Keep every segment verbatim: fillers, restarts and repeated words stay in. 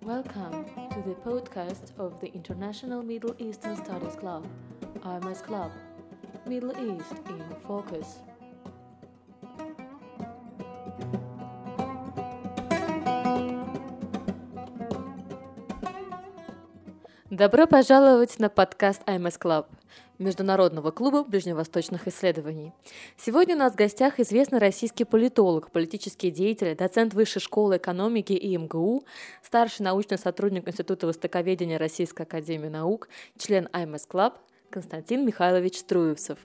Welcome to the podcast of the International Middle Eastern Studies Club, I M S Club, Middle East in Focus. Добро пожаловать на подкаст I M S Club, Международного клуба ближневосточных исследований. Сегодня у нас в гостях известный российский политолог, политический деятель, доцент Высшей школы экономики и эм гэ у, старший научный сотрудник Института востоковедения Российской академии наук, член I M S Club Константин Михайлович Струевцев.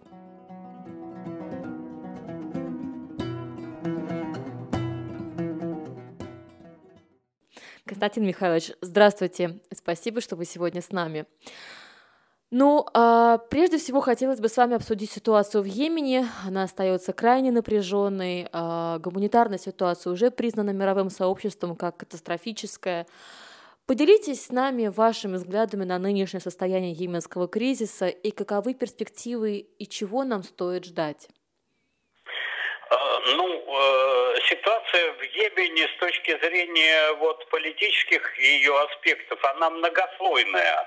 Константин Михайлович, здравствуйте. Спасибо, что вы сегодня с нами. Ну, а прежде всего хотелось бы с вами обсудить ситуацию в Йемене. Она остается крайне напряженной. А гуманитарная ситуация уже признана мировым сообществом как катастрофическая. Поделитесь с нами вашими взглядами на нынешнее состояние йеменского кризиса и каковы перспективы и чего нам стоит ждать. Ну, ситуация в Йемене с точки зрения вот политических ее аспектов, она многослойная.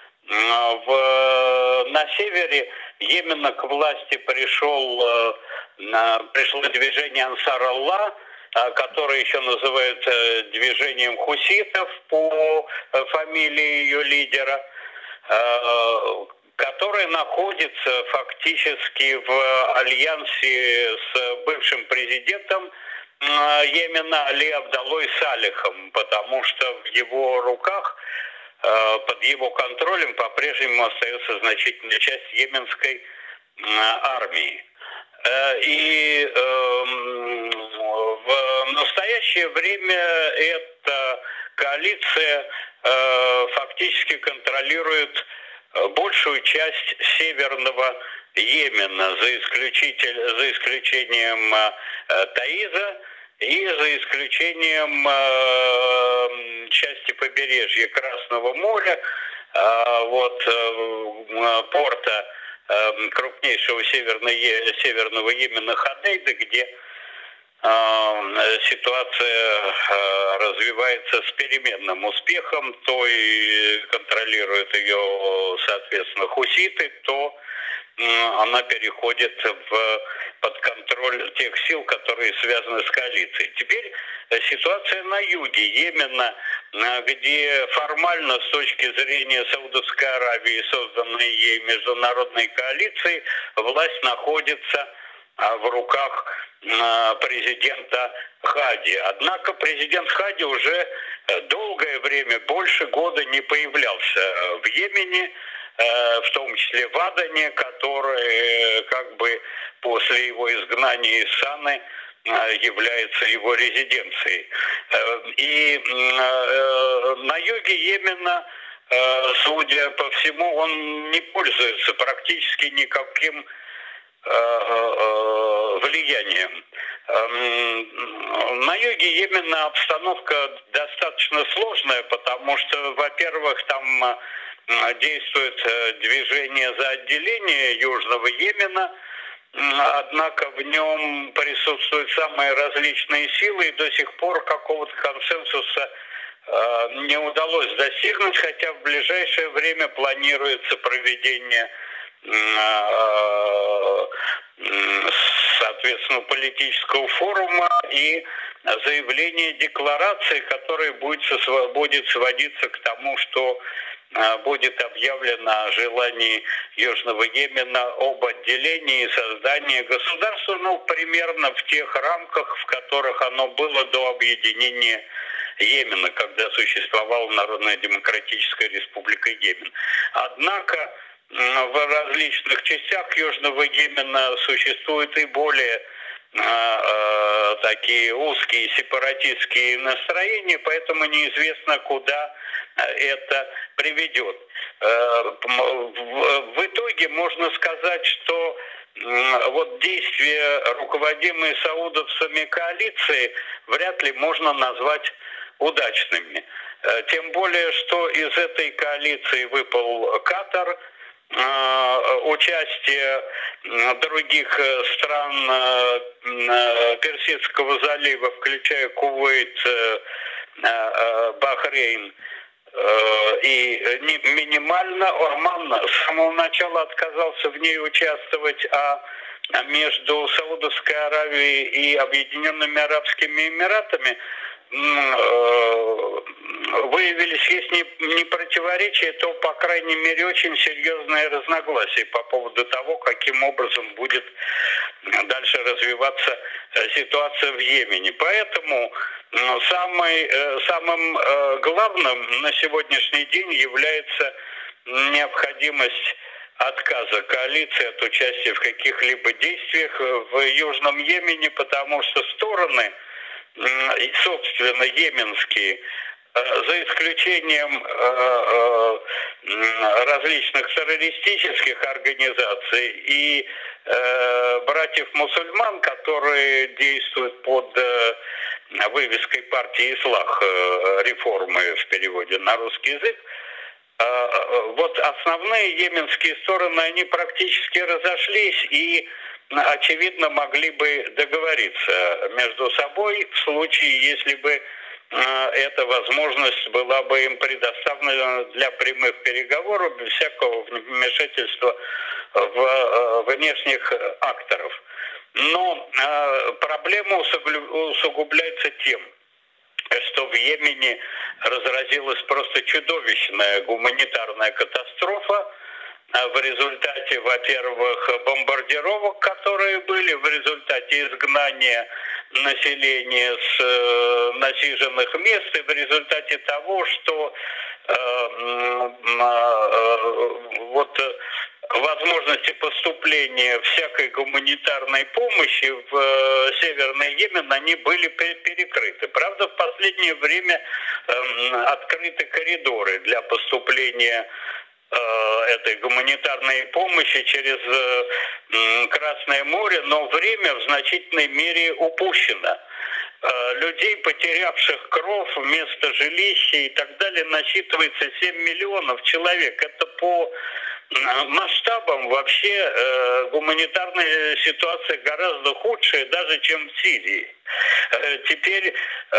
В, на севере Йемена к власти пришел, пришло движение Ансар Аллах, которое еще называют движением хуситов по фамилии ее лидера, который находится фактически в альянсе с бывшим президентом Йемена Али Абдаллой Салихом, потому что в его руках, под его контролем по-прежнему остается значительная часть йеменской армии. И в настоящее время эта коалиция фактически контролирует большую часть северного Йемена, за, за исключением э, Таиза и за исключением э, части побережья Красного моря, э, вот, э, порта э, крупнейшего северного, северного Йемена Ходейда, где э, ситуация э, развивается с переменным успехом, то и контролируют ее, соответственно, хуситы, то она переходит в, под контроль тех сил, которые связаны с коалицией. Теперь ситуация на юге Йемена, где формально с точки зрения Саудовской Аравии, созданной ей международной коалицией, власть находится в руках президента Хади. Однако президент Хади уже долгое время, больше года не появлялся в Йемене, в том числе в Адане, который как бы после его изгнания из Саны является его резиденцией. И на юге Йемена, судя по всему, он не пользуется практически никаким влиянием. На юге Йемена обстановка достаточно сложная, потому что, во-первых, там действует движение за отделение Южного Йемена, однако в нем присутствуют самые различные силы, и до сих пор какого-то консенсуса не удалось достигнуть, хотя в ближайшее время планируется проведение, соответственно, политического форума и заявление декларации, которое будет, будет сводиться к тому, что будет объявлено о желании Южного Йемена об отделении и создании государства, ну, примерно в тех рамках, в которых оно было до объединения Йемена, когда существовала Народная Демократическая Республика Йемен. Однако в различных частях Южного Йемена существуют и более э, такие узкие сепаратистские настроения, поэтому неизвестно, куда это приведет. В итоге можно сказать, что вот действия, руководимые саудовцами коалиции, вряд ли можно назвать удачными. Тем более, что из этой коалиции выпал Катар, участие других стран Персидского залива, включая Кувейт, Бахрейн. И минимально Оман с самого начала отказался в ней участвовать, а между Саудовской Аравией и Объединенными Арабскими Эмиратами выявились, если не противоречия, то, по крайней мере, очень серьезные разногласия по поводу того, каким образом будет дальше развиваться ситуация в Йемене. Поэтому самый, самым главным на сегодняшний день является необходимость отказа коалиции от участия в каких-либо действиях в Южном Йемене, потому что стороны, собственно, йеменские, за исключением различных террористических организаций и братьев-мусульман, которые действуют под вывеской партии «Ислах», реформы в переводе на русский язык, вот основные йеменские стороны, они практически разошлись и, очевидно, могли бы договориться между собой в случае, если бы эта возможность была бы им предоставлена для прямых переговоров, без всякого вмешательства в внешних акторов. Но проблема усугубляется тем, что в Йемене разразилась просто чудовищная гуманитарная катастрофа в результате, во-первых, бомбардировок, которые были, в результате изгнания населения с э, насиженных мест, и в результате того, что э, э, вот возможности поступления всякой гуманитарной помощи в э, Северный Йемен, они были перекрыты. Правда, в последнее время э, открыты коридоры для поступления этой гуманитарной помощи через Красное море, но время в значительной мере упущено. Людей, потерявших кров, место жилища и так далее, насчитывается семь миллионов человек. Это по масштабам вообще гуманитарная ситуация гораздо худшая даже, чем в Сирии. Теперь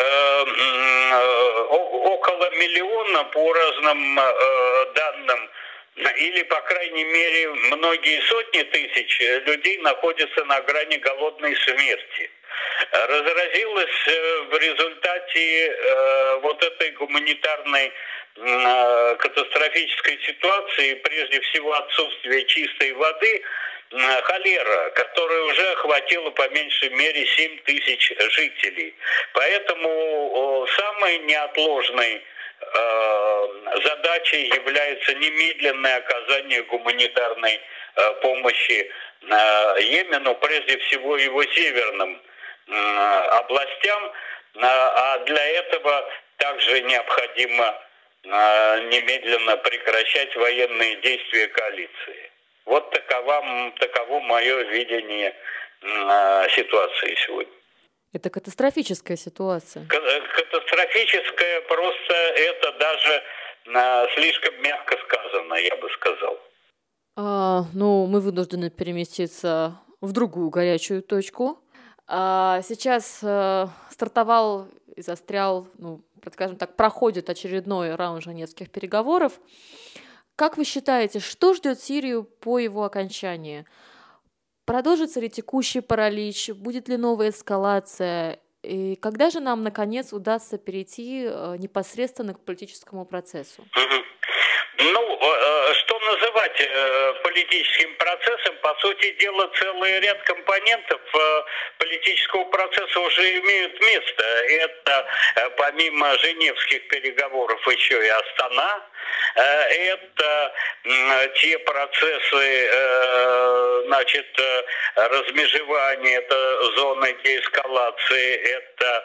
около миллиона по разным данным, или, по крайней мере, многие сотни тысяч людей находятся на грани голодной смерти. Разразилась в результате вот этой гуманитарной катастрофической ситуации, прежде всего отсутствие чистой воды, холера, которая уже охватила по меньшей мере семь тысяч жителей. Поэтому самой неотложной задачей является немедленное оказание гуманитарной помощи Йемену, прежде всего его северным областям, а для этого также необходимо немедленно прекращать военные действия коалиции. Вот такова, таково мое видение ситуации сегодня. Это катастрофическая ситуация. Катастрофическая, просто это даже а, слишком мягко сказано, я бы сказал. А, ну, мы вынуждены переместиться в другую горячую точку. А, сейчас а, стартовал и застрял, ну, скажем так, проходит очередной раунд женевских переговоров. Как вы считаете, что ждет Сирию по его окончании? Продолжится ли текущий паралич? Будет ли новая эскалация? И когда же нам, наконец, удастся перейти непосредственно к политическому процессу? Ну, что называть политическим процессом? По сути дела, целый ряд компонентов политического процесса уже имеют место. Это, помимо женевских переговоров, еще и Астана. Это те процессы, значит, размежевания, это зоны деэскалации, это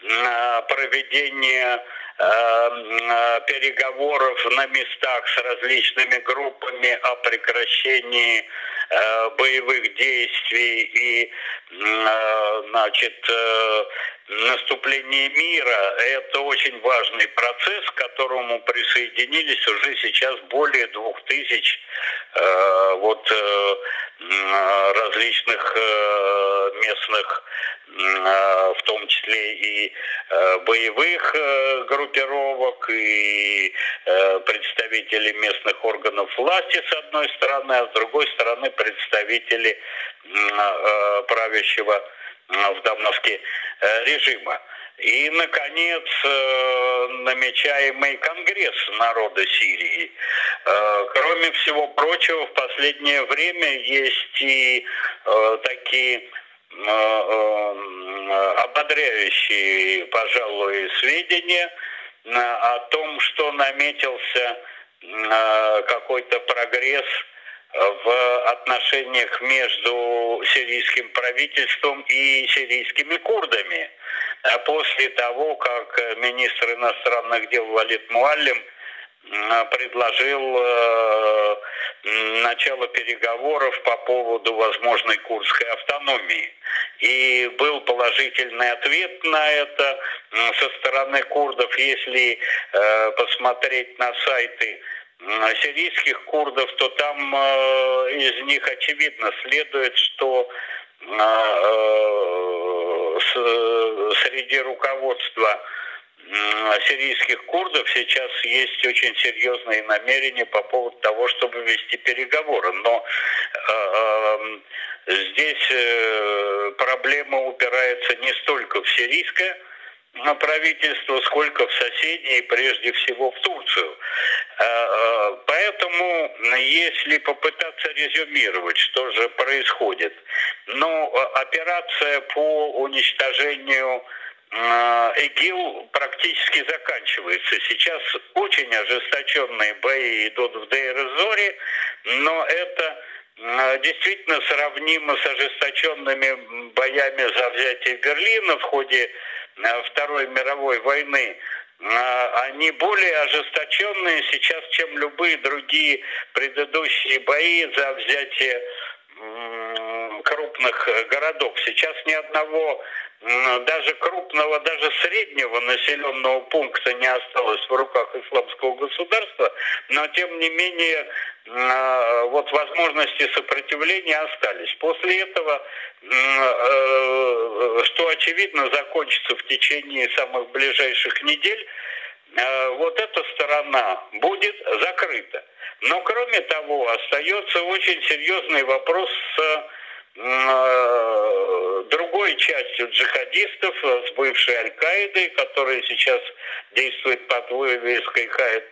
проведение переговоров на местах с различными группами о прекращении боевых действий и, значит, наступление мира. Это очень важный процесс, к которому присоединились уже сейчас более двух тысяч вот различных местных в том числе и боевых группировок, и представители местных органов власти с одной стороны, а с другой стороны представители правящего в Дамаске режима. И, наконец, намечаемый Конгресс народа Сирии. Кроме всего прочего, в последнее время есть и такие ободряющие, пожалуй, сведения о том, что наметился какой-то прогресс в отношениях между сирийским правительством и сирийскими курдами. После того, как министр иностранных дел Валид Муаллим предложил э, начало переговоров по поводу возможной курдской автономии. И был положительный ответ на это со стороны курдов. Если э, посмотреть на сайты сирийских курдов, то там э, из них очевидно следует, что э, э, среди руководства сирийских курдов сейчас есть очень серьезные намерения по поводу того, чтобы вести переговоры. Но э, э, здесь э, проблема упирается не столько в сирийское правительство, сколько в соседей, прежде всего в Турцию. Э, э, поэтому, если попытаться резюмировать, что же происходит, ну, операция по уничтожению ИГИЛ практически заканчивается. Сейчас очень ожесточенные бои идут в Дейр-эз-Зоре, но это действительно сравнимо с ожесточенными боями за взятие Берлина в ходе Второй мировой войны. Они более ожесточенные сейчас, чем любые другие предыдущие бои за взятие крупных городов. Сейчас ни одного, даже крупного, даже среднего населенного пункта не осталось в руках исламского государства, но тем не менее вот возможности сопротивления остались. После этого, что очевидно закончится в течение самых ближайших недель, вот эта сторона будет закрыта. Но кроме того, остается очень серьезный вопрос с другой частью джихадистов, с бывшей Аль-Каидой, которая сейчас действует под вывеской Хайат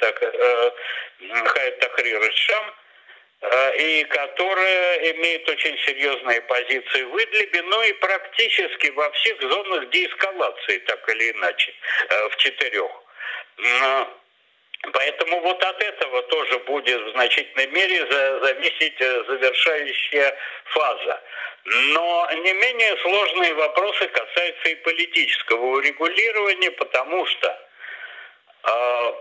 Тахрир аш-Шам, и которая имеет очень серьезные позиции в Идлибе, но и практически во всех зонах деэскалации, так или иначе, в четырех. Поэтому вот от этого тоже будет в значительной мере зависеть завершающая фаза. Но не менее сложные вопросы касаются и политического урегулирования, потому что э,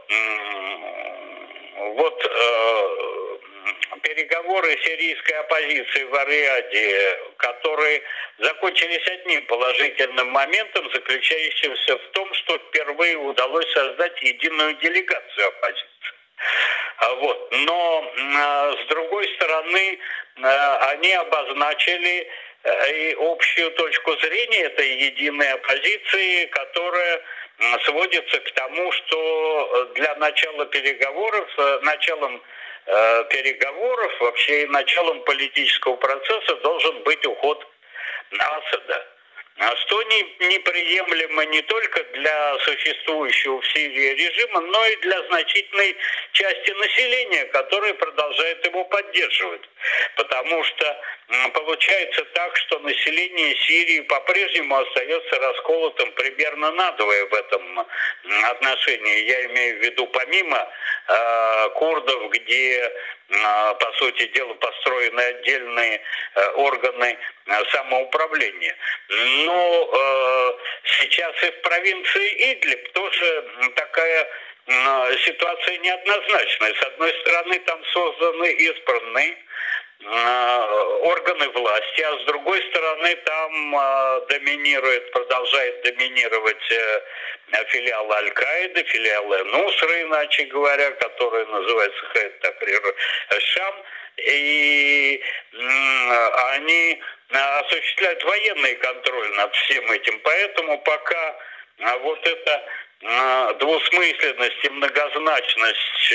вот э, переговоры сирийской оппозиции в Ар-Рияде, которые закончились одним положительным моментом, заключающимся в том, что впервые удалось создать единую делегацию оппозиции. Вот. Но с другой стороны, они обозначили и общую точку зрения этой единой оппозиции, которая сводится к тому, что для начала переговоров, началом переговоров, вообще и началом политического процесса должен быть уход Асада. Что неприемлемо не только для существующего в Сирии режима, но и для значительной части населения, которое продолжает его поддерживать. Потому что получается так, что население Сирии по-прежнему остается расколотым примерно надвое в этом отношении. Я имею в виду помимо э, курдов, где, э, по сути дела, построены отдельные э, органы э, самоуправления. Но э, сейчас и в провинции Идлиб тоже такая э, ситуация неоднозначная. С одной стороны, там созданы избранные органы власти, а с другой стороны там доминирует, продолжает доминировать филиал Аль-Каиды, филиалы Нусры, иначе говоря, который называется Хайат Тахрир Шам, и они осуществляют военный контроль над всем этим, поэтому пока вот эта двусмысленность и многозначность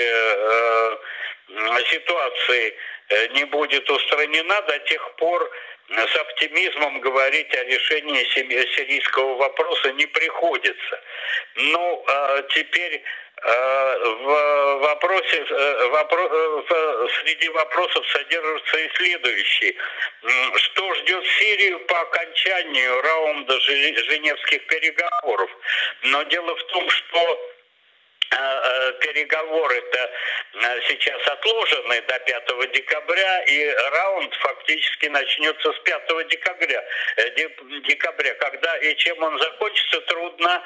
ситуации не будет устранена, до тех пор с оптимизмом говорить о решении сирийского вопроса не приходится. Ну, теперь в вопросе, среди вопросов содержится и следующий. Что ждет Сирию по окончанию раунда Женевских переговоров? Но дело в том, что переговоры-то сейчас отложены до пятого декабря, и раунд фактически начнется с пятого декабря, декабря, когда и чем он закончится, трудно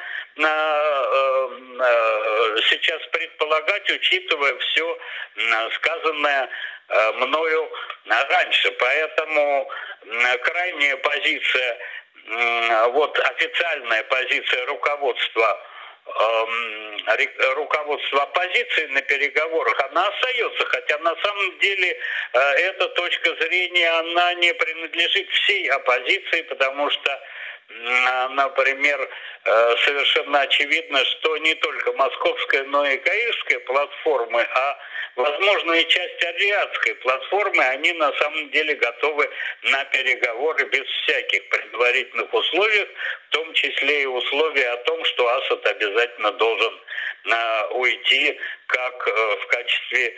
сейчас предполагать, учитывая все сказанное мною раньше. Поэтому крайняя позиция, вот официальная позиция руководства руководство оппозиции на переговорах, она остается, хотя на самом деле эта точка зрения, она не принадлежит всей оппозиции, потому что, например, совершенно очевидно, что не только московская, но и каирская платформы, а возможно и часть ариадской платформы, они на самом деле готовы на переговоры без всяких предварительных условий, в том числе и условия о том, что Асад обязательно должен уйти как в качестве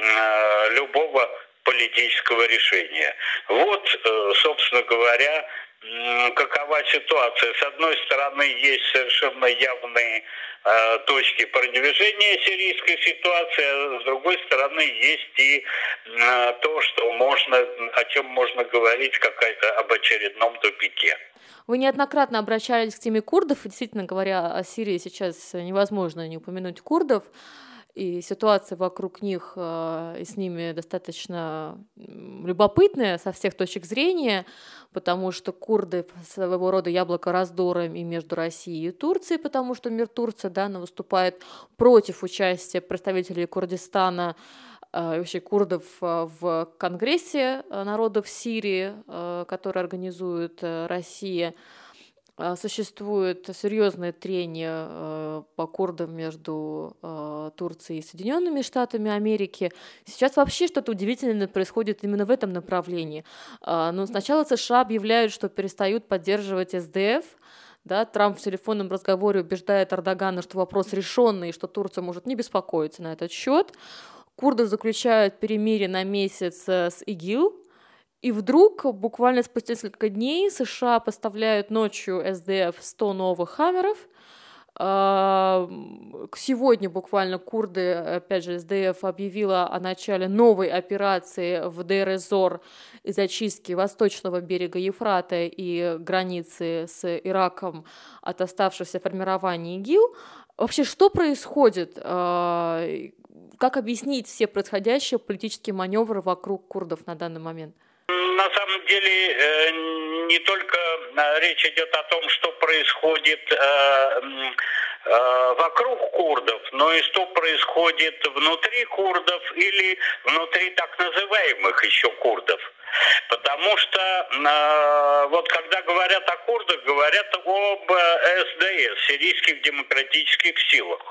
любого политического решения. Вот, собственно говоря, какова ситуация. С одной стороны, есть совершенно явные э, точки продвижения сирийской ситуации, а с другой стороны, есть и э, то, что можно, о чем можно говорить как об очередном тупике. Вы неоднократно обращались к теме курдов, и действительно говоря о Сирии, сейчас невозможно не упомянуть курдов. И ситуация вокруг них э, и с ними достаточно любопытная со всех точек зрения, потому что курды своего рода яблоко раздора и между Россией и Турцией, потому что мир Турция, да, она выступает против участия представителей Курдистана э, и вообще курдов э, в Конгрессе народов Сирии, э, который организует э, Россия. Существует серьезное трение э, по курдам между э, Турцией и Соединенными Штатами Америки. Сейчас вообще что-то удивительное происходит именно в этом направлении. Э, но сначала США объявляют, что перестают поддерживать эс дэ эф. Да, Трамп в телефонном разговоре убеждает Эрдогана, что вопрос решенный, и что Турция может не беспокоиться на этот счет. Курды заключают перемирие на месяц с ИГИЛ. И вдруг, буквально спустя несколько дней, США поставляют ночью эс дэ эф сто новых «Хаммеров». Сегодня буквально курды, опять же, эс дэ эф объявила о начале новой операции в Дейр-эз-Зор и зачистке восточного берега Ефрата и границы с Ираком от оставшихся формирований ИГИЛ. Вообще, что происходит? Как объяснить все происходящие политические маневры вокруг курдов на данный момент? На самом деле не только речь идет о том, что происходит вокруг курдов, но и что происходит внутри курдов или внутри так называемых еще курдов. Потому что вот когда говорят о курдах, говорят об эс дэ эс, сирийских демократических силах.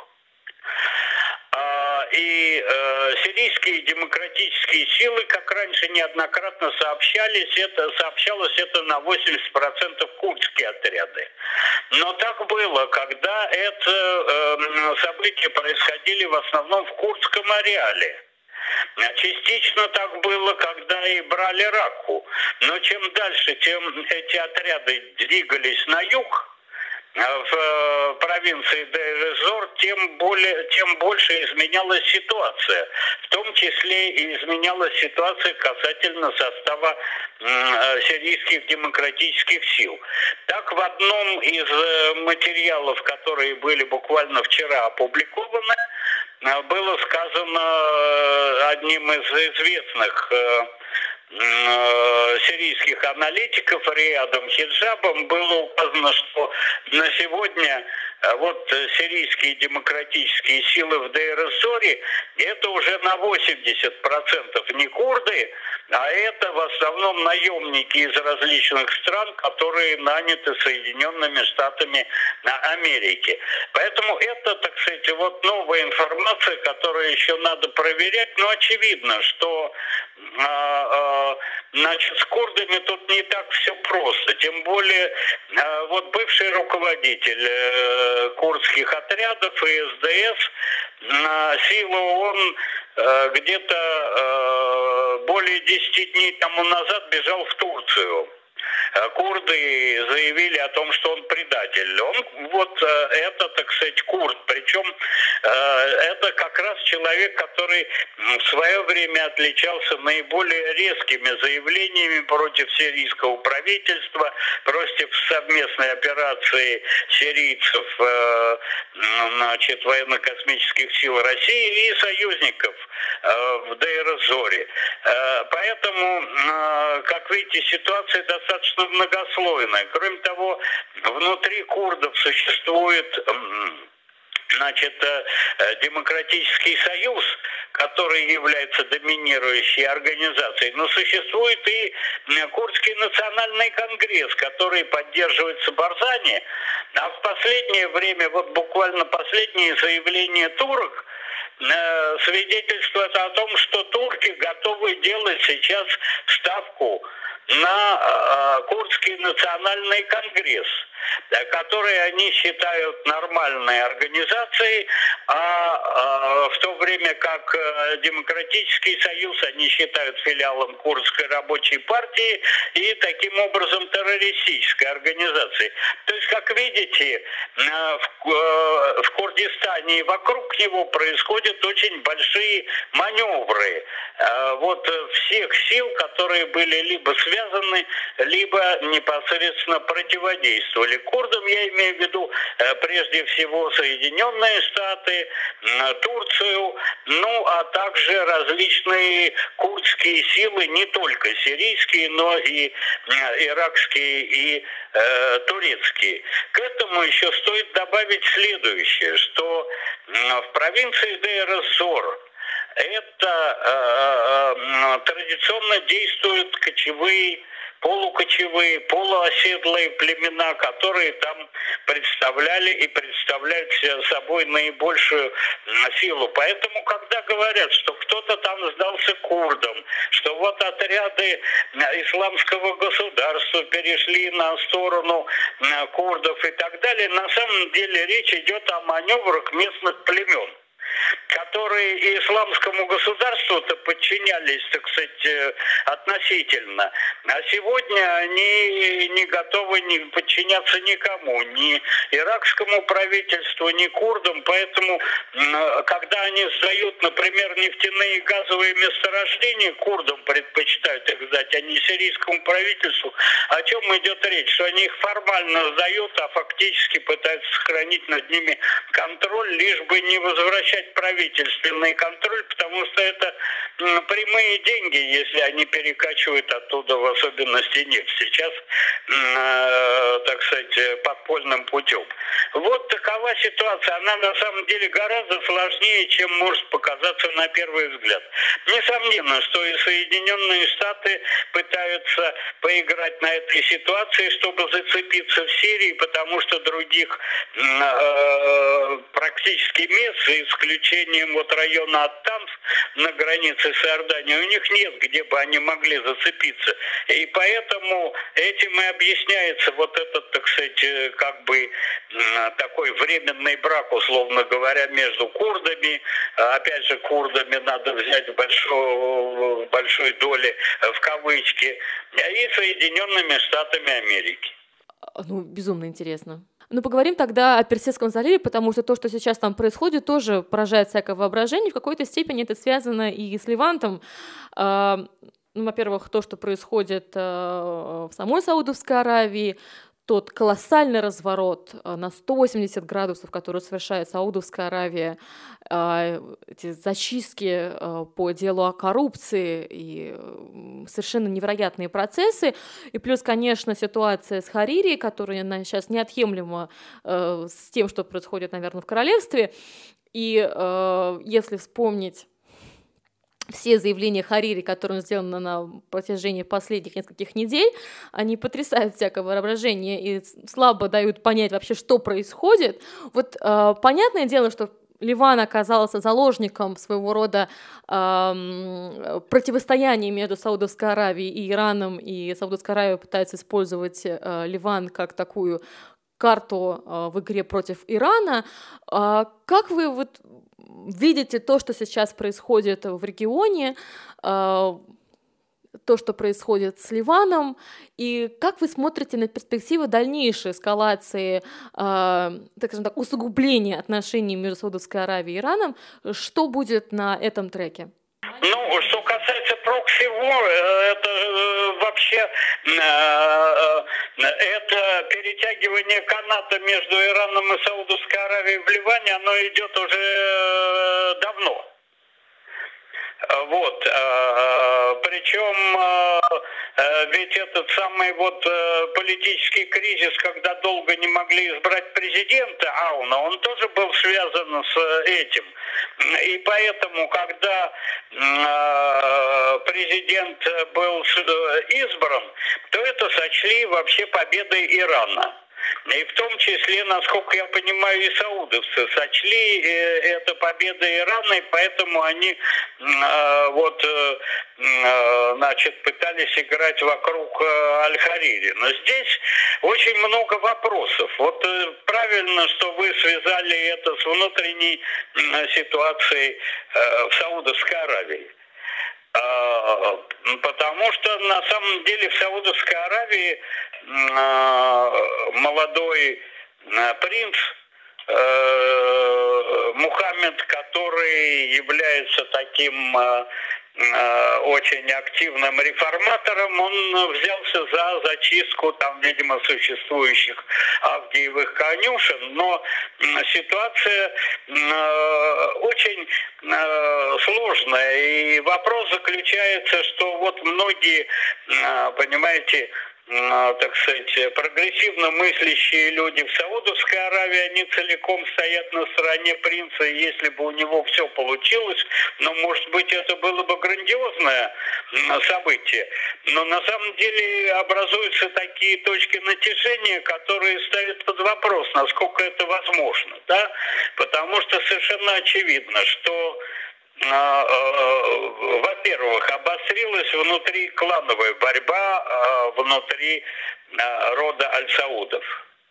И э, сирийские демократические силы, как раньше неоднократно сообщались, это, сообщалось это на восемьдесят процентов курдские отряды. Но так было, когда это э, события происходили в основном в курдском ареале. Частично так было, когда и брали Раку. Но чем дальше, тем эти отряды двигались на юг, в провинции Дейр-эз-Зор, тем более, тем больше изменялась ситуация. В том числе и изменялась ситуация касательно состава э, сирийских демократических сил. Так, в одном из материалов, которые были буквально вчера опубликованы, было сказано одним из известных э, сирийских аналитиков Риадом Хиджабом было указано, что на сегодня вот сирийские демократические силы в Дейр-эз-Зоре это уже на восемьдесят процентов не курды, а это в основном наемники из различных стран, которые наняты Соединенными Штатами Америки. Поэтому это, так сказать, вот новая информация, которую еще надо проверять, но очевидно, что значит, с курдами тут не так все просто. Тем более, вот бывший руководитель курдских отрядов и эс дэ эс, силы ООН где-то более десяти дней тому назад бежал в Турцию. Курды заявили о том, что он предатель. Он вот это, так сказать, курд. Причем это как раз человек, который в свое время отличался наиболее резкими заявлениями против сирийского правительства, против совместной операции сирийцев, значит, военно-космических сил России и союзников в Дейр-эз-Зоре. Поэтому, как видите, ситуация достаточно многослойная. Кроме того, внутри курдов существует, значит, Демократический союз, который является доминирующей организацией, но существует и Курдский национальный конгресс, который поддерживается Барзани, а в последнее время, вот буквально последние заявления турок, свидетельствует о том, что турки готовы делать сейчас ставку на Курдский национальный конгресс, который они считают нормальной организацией, а в то время как Демократический союз они считают филиалом Курдской рабочей партии и таким образом террористической организацией. То есть, как видите, в Курдистане и вокруг него происходят очень большие маневры вот всех сил, которые были либо связаны, либо непосредственно противодействовали курдам. Я имею в виду прежде всего Соединенные Штаты, Турцию, ну а также различные курдские силы, не только сирийские, но и иракские и э, турецкие. К этому еще стоит добавить следующее, что в провинции Дейр-эз-Зор это э, э, традиционно действуют кочевые, полукочевые, полуоседлые племена, которые там представляли и представляют собой наибольшую силу. Поэтому, когда говорят, что кто-то там сдался курдам, что вот отряды исламского государства перешли на сторону курдов и так далее, на самом деле речь идет о маневрах местных племен, которые и исламскому государству-то подчинялись, так сказать, относительно. А сегодня они не готовы не подчиняться никому, ни иракскому правительству, ни курдам. Поэтому, когда они сдают, например, нефтяные и газовые месторождения, курдам предпочитают их сдать, а не сирийскому правительству, о чем идет речь? Что они их формально сдают, а фактически пытаются сохранить над ними контроль, лишь бы не возвращать правительственный контроль, потому что это прямые деньги, если они перекачивают оттуда, в особенности нефть, сейчас, э, так сказать, подпольным путем. Вот такова ситуация. Она на самом деле гораздо сложнее, чем может показаться на первый взгляд. Несомненно, что и Соединенные Штаты пытаются поиграть на этой ситуации, чтобы зацепиться в Сирии, потому что других э, практически мест, за исключением вот района Ат-Танф на границе с Иорданией, у них нет, где бы они могли зацепиться. И поэтому этим и объясняется вот этот, так сказать, как бы такой временный брак, условно говоря, между курдами. Опять же, курдами надо взять большой, большой доли в кавычки, и Соединенными Штатами Америки. Ну, безумно интересно. Ну, поговорим тогда о Персидском заливе, потому что то, что сейчас там происходит, тоже поражает всякое воображение. В какой-то степени это связано и с Левантом. Ну, во-первых, то, что происходит в самой Саудовской Аравии, тот колоссальный разворот на сто восемьдесят градусов, который совершает Саудовская Аравия, эти зачистки по делу о коррупции и совершенно невероятные процессы. И плюс, конечно, ситуация с Харири, которая сейчас неотъемлема с тем, что происходит, наверное, в королевстве. И если вспомнить все заявления Харири, которые сделаны на протяжении последних нескольких недель, они потрясают всякое воображение и слабо дают понять вообще, что происходит. Вот э, понятное дело, что Ливан оказался заложником своего рода э, противостояния между Саудовской Аравией и Ираном, и Саудовская Аравия пытается использовать э, Ливан как такую карту э, в игре против Ирана. Э, как вы вот видите то, что сейчас происходит в регионе, э, то, что происходит с Ливаном, и как вы смотрите на перспективы дальнейшей эскалации, э, так скажем так, усугубления отношений между Саудовской Аравией и Ираном? Что будет на этом треке? Ну, что касается прокси-вор, это вообще это перетягивание каната между Ираном и Саудовской Аравией в Ливане, оно идет уже давно. Вот, причем ведь этот самый вот политический кризис, когда долго не могли избрать президента Ауна, он тоже был связан с этим. И поэтому, когда президент был избран, то это сочли вообще победой Ирана. И в том числе, насколько я понимаю, и саудовцы сочли это победой Ирана, и поэтому они вот, значит, пытались играть вокруг Аль-Харири. Но здесь очень много вопросов. Вот правильно, что вы связали это с внутренней ситуацией в Саудовской Аравии. Потому что на самом деле в Саудовской Аравии молодой принц Мухаммед, который является таким очень активным реформатором, он взялся за зачистку там, видимо, существующих авгиевых конюшен, но ситуация очень сложная, и вопрос заключается, что вот многие, понимаете, так сказать, прогрессивно мыслящие люди в Саудовской Аравии, они целиком стоят на стороне принца, и если бы у него все получилось, ну, может быть, это было бы грандиозное событие. Но на самом деле образуются такие точки натяжения, которые ставят под вопрос, насколько это возможно, да? Потому что совершенно очевидно, что во-первых, обострилась внутри клановая борьба внутри рода Аль-Саудов.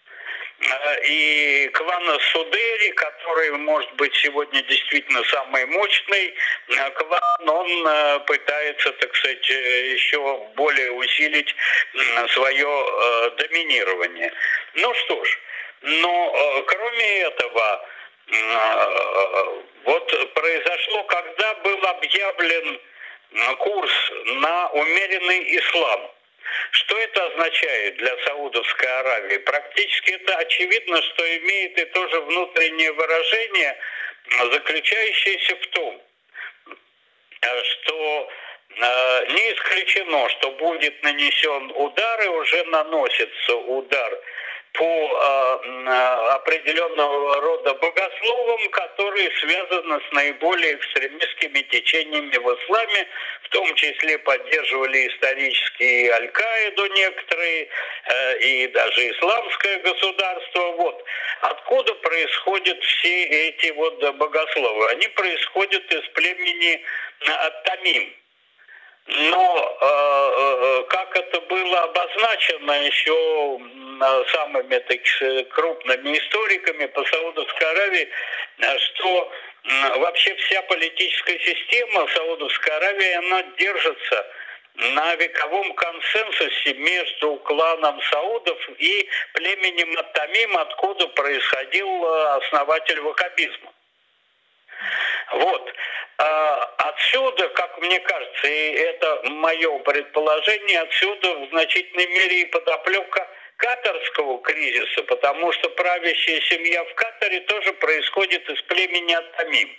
И клан Судейри, который, может быть, сегодня действительно самый мощный клан, он пытается, так сказать, еще более усилить свое доминирование. Ну что ж, но кроме этого, вот произошло, когда был объявлен курс на умеренный ислам. Что это означает для Саудовской Аравии? Практически это очевидно, что имеет и тоже внутреннее выражение, заключающееся в том, что не исключено, что будет нанесен удар, и уже наносится удар по э, определенного рода богословам, которые связаны с наиболее экстремистскими течениями в исламе, в том числе поддерживали исторически Аль-Каиду некоторые, э, и даже исламское государство. Вот. Откуда происходят все эти вот богословы? Они происходят из племени Тамим. Но э, как это было обозначено еще самыми так, крупными историками по Саудовской Аравии, что вообще вся политическая система Саудовской Аравии, она держится на вековом консенсусе между кланом Саудов и племенем Ат-Тамим, откуда происходил основатель ваххабизма. Вот. Отсюда, как мне кажется, и это мое предположение, отсюда в значительной мере и подоплека катарского кризиса, потому что правящая семья в Катаре тоже происходит из племени ат-Тамим.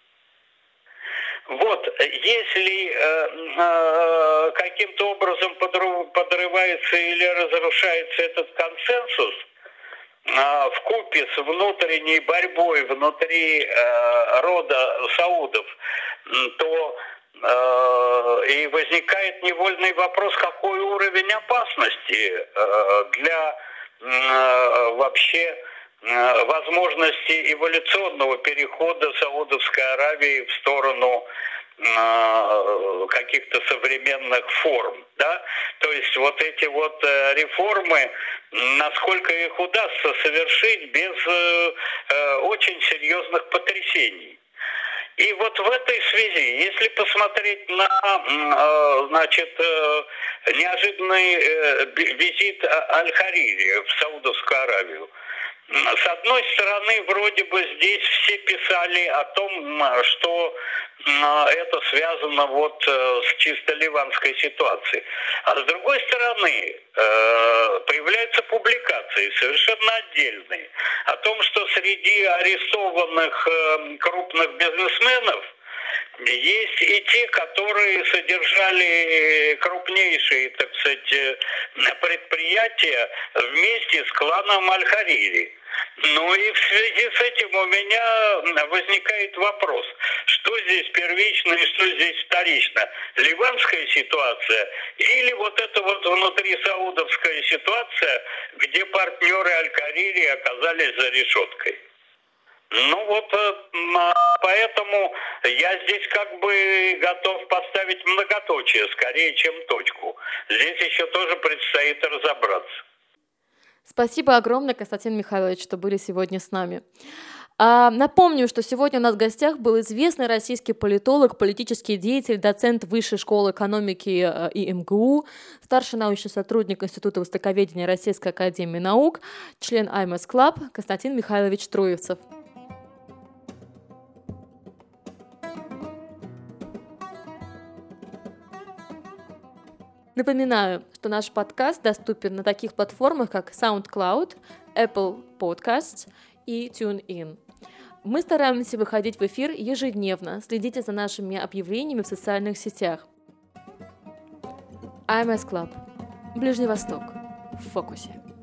Вот, если э, э, каким-то образом подрывается или разрушается этот консенсус, э, вкупе с внутренней борьбой внутри э, рода Саудов, то э, и возникает невольный вопрос, какой уровень опасности э, для э, вообще возможности эволюционного перехода Саудовской Аравии в сторону э, каких-то современных форм, да, то есть вот эти вот э, реформы, насколько их удастся совершить без э, э, очень серьезных потрясений. И вот в этой связи, если посмотреть на, э, значит, э, неожиданный э, визит Аль-Харири в Саудовскую Аравию, с одной стороны, вроде бы здесь все писали о том, что это связано вот с чисто ливанской ситуацией. А с другой стороны, появляются публикации совершенно отдельные о том, что среди арестованных крупных бизнесменов есть и те, которые содержали крупнейшие, так сказать, предприятия вместе с кланом Аль-Харири. Ну и в связи с этим у меня возникает вопрос, что здесь первично и что здесь вторично? Ливанская ситуация или вот эта вот внутрисаудовская ситуация, где партнеры Аль-Харири оказались за решеткой? Ну вот, поэтому я здесь как бы готов поставить многоточие, скорее, чем точку. Здесь еще тоже предстоит разобраться. Спасибо огромное, Константин Михайлович, что были сегодня с нами. А, напомню, что сегодня у нас в гостях был известный российский политолог, политический деятель, доцент Высшей школы экономики и эм гэ у, старший научный сотрудник Института востоковедения Российской академии наук, член ай эм эс Club Константин Михайлович Троевцев. Напоминаю, что наш подкаст доступен на таких платформах, как SoundCloud, Apple Podcasts и TuneIn. Мы стараемся выходить в эфир ежедневно. Следите за нашими объявлениями в социальных сетях. ай эм эс Club. Ближний Восток. В фокусе.